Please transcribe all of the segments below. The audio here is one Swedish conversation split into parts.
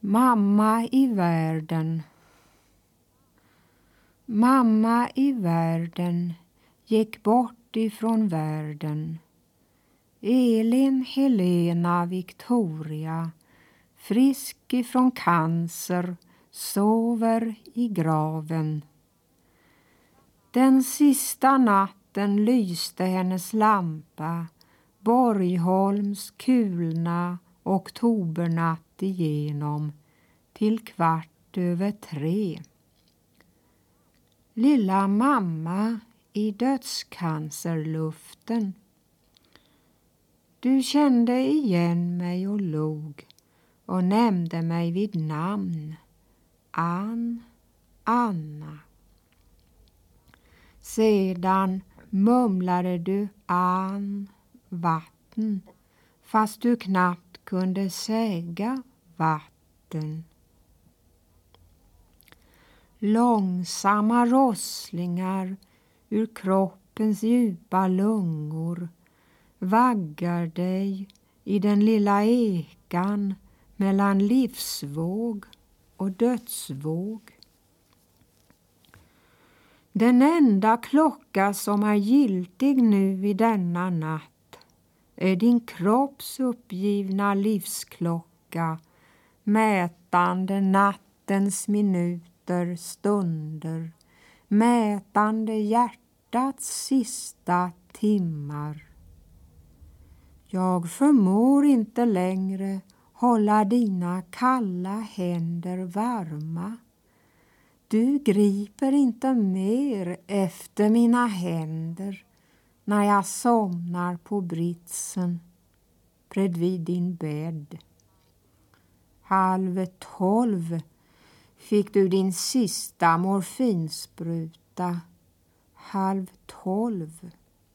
Mamma i världen. Mamma i världen gick bort ifrån världen. Elin, Helena, Victoria, frisk ifrån cancer, sover i graven. Den sista natten lyste hennes lampa, Borgholms kulna oktobernatt igenom till 2:15. Lilla mamma i dödscancerluften. Du kände igen mig och log och nämnde mig vid namn. Anna. Sedan mumlade du vatten, fast du knappt kunde säga vatten. Långsamma rosslingar ur kroppens djupa lungor vaggar dig i den lilla ekan mellan livsvåg och dödsvåg. Den enda klocka som är giltig nu i denna natt är din kropps uppgivna livsklocka, mätande nattens minuter, stunder, mätande hjärtats sista timmar. Jag förmår inte längre hålla dina kalla händer varma. Du griper inte mer efter mina händer när jag somnar på britsen bredvid din bädd. 11:30 fick du din sista morfinspruta. 11:30.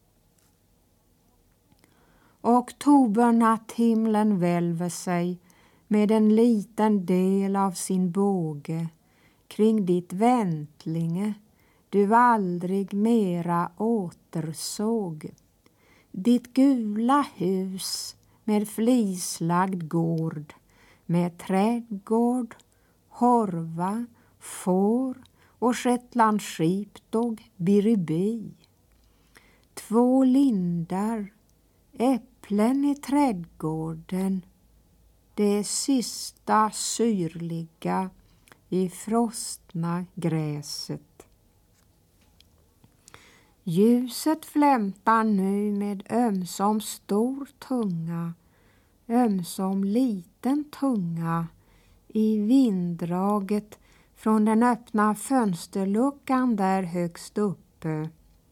Oktobernatthimlen välver sig med en liten del av sin båge kring ditt väntlinge du aldrig mera återsåg. Ditt gula hus med flislagd gård, med trädgård, horva, får och Shetland sheepdog, biribi. 2 lindar, äpplen i trädgården, det sista syrliga i frostna gräset. Ljuset flämtar nu med ömsom stor tunga, ömsom liten tunga i vinddraget från den öppna fönsterluckan där högst uppe.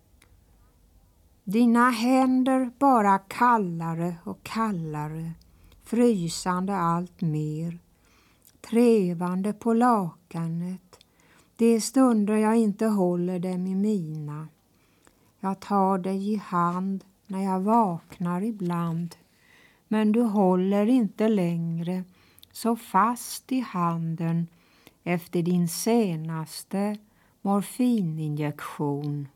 Dina händer bara kallare och kallare, frysande allt mer, trevande på lakanet. De stunder jag inte håller dem i mina. Jag tar dig i hand när jag vaknar ibland, men du håller inte längre så fast i handen efter din senaste morfininjektion.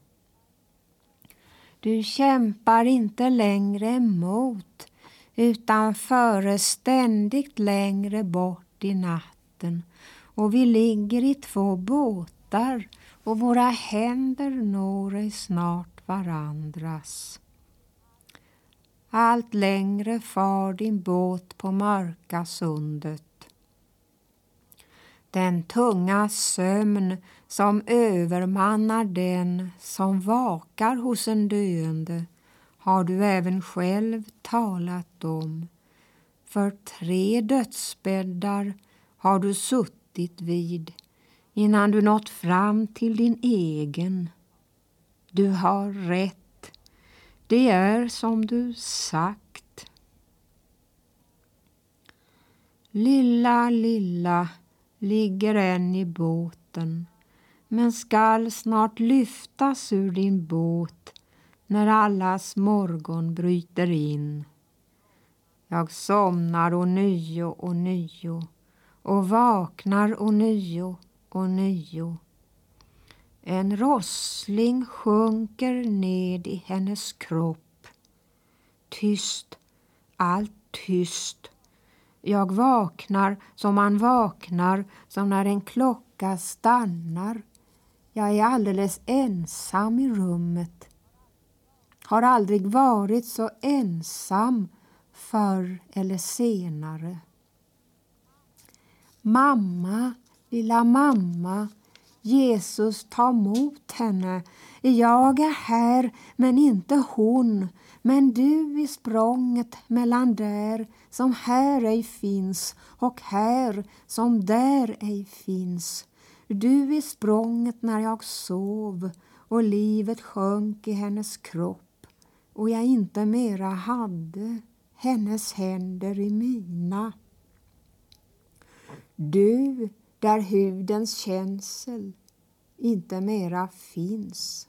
Du kämpar inte längre emot utan före ständigt längre bort i natten, och vi ligger i 2 båtar och våra händer når ej snart varandras. Allt längre far din båt på mörka sundet. Den tunga sömn som övermannar den som vakar hos en döende har du även själv talat om. För 3 dödsbäddar har du suttit vid innan du nått fram till din egen. Du har rätt. Det är som du sagt. Lilla ligger än i båten, men skall snart lyftas ur din båt när allas morgon bryter in. Jag somnar ånyo och vaknar ånyo. En rossling sjunker ned i hennes kropp. Tyst, allt tyst. Jag vaknar som man vaknar, som när en klocka stannar. Jag är alldeles ensam i rummet. Har aldrig varit så ensam förr eller senare. Mamma, lilla mamma, Jesus ta emot henne. Jag är här men inte hon. Men du i språnget mellan där som här ej finns och här som där ej finns. Du i språnget när jag sov och livet sjönk i hennes kropp och jag inte mera hade hennes händer i mina. Du där hudens känsel inte mera finns.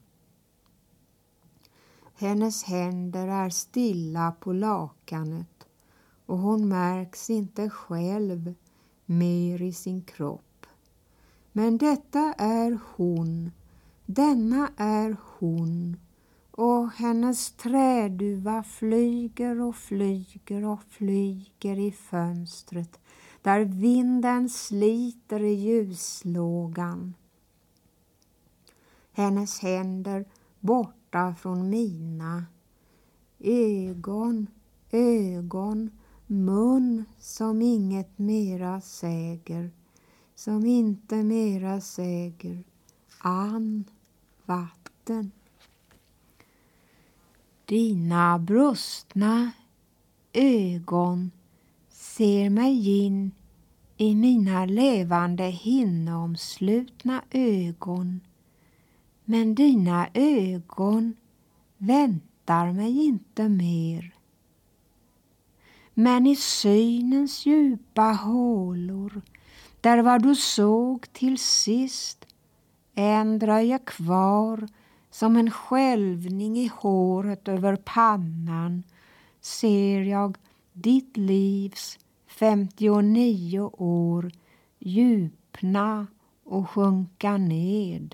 Hennes händer är stilla på lakanet och hon märks inte själv mer i sin kropp. Men detta är hon, denna är hon och hennes träduva flyger och flyger och flyger i fönstret där vinden sliter i ljuslågan. Hennes händer borta från mina. Ögon, ögon, mun som inget mera säger, som inte mera säger, vatten. Dina brustna ögon ser mig in i mina levande hinneomslutna ögon. Men dina ögon väntar mig inte mer. Men i synens djupa hålor, där vad du såg till sist, än dröjer kvar som en skälvning i håret över pannan, ser jag ditt livs 59 år djupna och sjunka ned.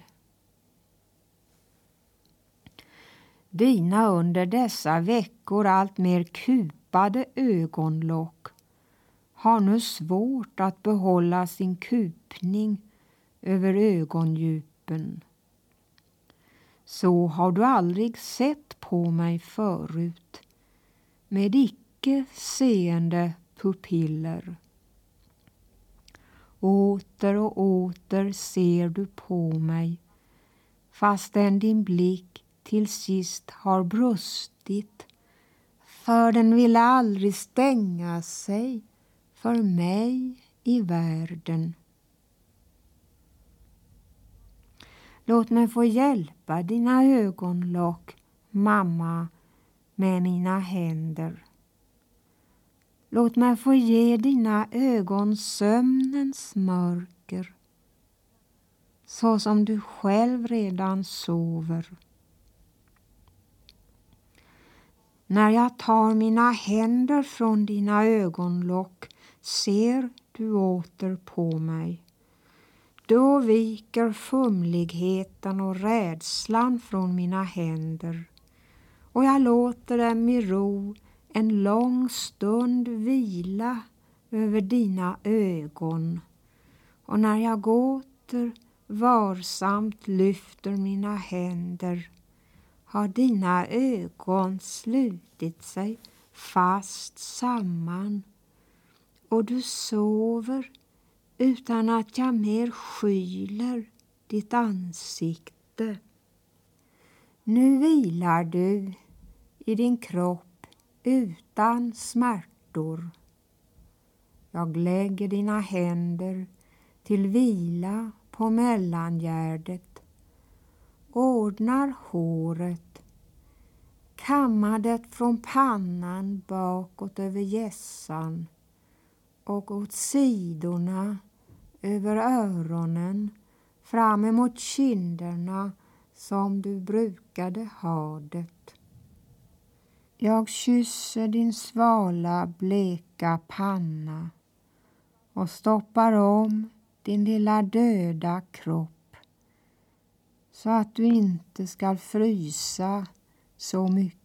Dina under dessa veckor allt mer kupade ögonlock har nu svårt att behålla sin kupning över ögondjupen. Så har du aldrig sett på mig förut, med icke seende pupiller. Åter och åter ser du på mig, fastän din blick till sist har brustit, för den ville aldrig stänga sig för mig i världen. Låt mig få hjälpa dina ögonlock, mamma, med mina händer. Låt mig få ge dina ögon sömnens mörker, så som du själv redan sover. När jag tar mina händer från dina ögonlock ser du åter på mig. Då viker fumligheten och rädslan från mina händer och jag låter dem i ro en lång stund vila över dina ögon. Och när jag åter varsamt lyfter mina händer har dina ögon slutit sig fast samman och du sover utan att jag mer skyler ditt ansikte. Nu vilar du i din kropp utan smärtor. Jag lägger dina händer till vila på mellangärdet, ordnar håret, kammar det från pannan bakåt över hjässan och åt sidorna över öronen fram emot kinderna som du brukade ha det. Jag kysser din svala bleka panna och stoppar om din lilla döda kropp så att du inte ska frysa så mycket.